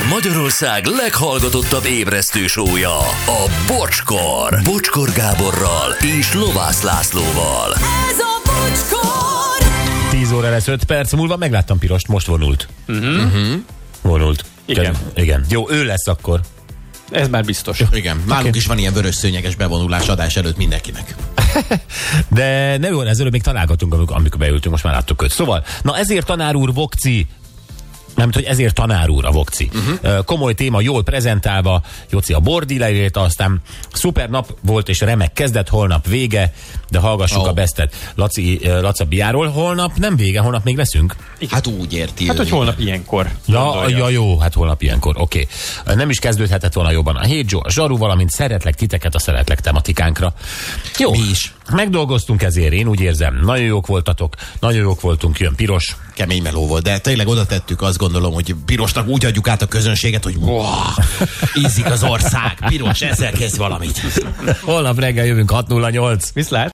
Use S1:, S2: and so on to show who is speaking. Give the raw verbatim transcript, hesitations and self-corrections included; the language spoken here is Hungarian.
S1: Magyarország leghallgatottabb ébresztő show-ja, a Bocskor. Bocskor Gáborral és Lovász Lászlóval.
S2: Ez a Bocskor!
S3: tíz óra lesz öt perc múlva, megláttam Pirost, most vonult.
S4: Uh-huh. Uh-huh.
S3: Vonult.
S4: Igen.
S3: Ked- igen. Jó, ő lesz akkor.
S4: Ez már biztos.
S5: Igen, nálunk okay. is van ilyen vörös szőnyeges bevonulás adás előtt mindenkinek.
S3: De nem jó, ezzel még találgatunk, amikor, amikor beültünk, most már láttuk őt. Szóval, na ezért tanár úr Vokci, nem hogy ezért tanár úr a Vokci. Uh-huh. Komoly téma, jól prezentálva, Jóci a bordi leírta, aztán szuper nap volt és remek kezdet, holnap vége, de hallgassuk oh. a bestet Laci, Laca Biáról. Holnap nem vége, holnap még leszünk.
S5: Hát úgy érti.
S4: Hát, hogy holnap ilyenkor.
S3: Ja, ja, jó, hát holnap ilyenkor, oké. Okay. Nem is kezdődhetett volna jobban a hét a zsaru, valamint szeretlek titeket a szeretlek tematikánkra. Jó,
S5: mi is.
S3: Megdolgoztunk ezért, én úgy érzem. Nagyon jók voltatok, nagyon jók voltunk, jön Piros.
S5: Kemény meló volt, de tényleg oda tettük, azt gondolom, hogy Pirosnak úgy adjuk át a közönséget, hogy wow, ízik az ország, Piros, ezzel kezd valamit.
S3: Holnap reggel jövünk hat nulla nyolc.
S4: Viszlát!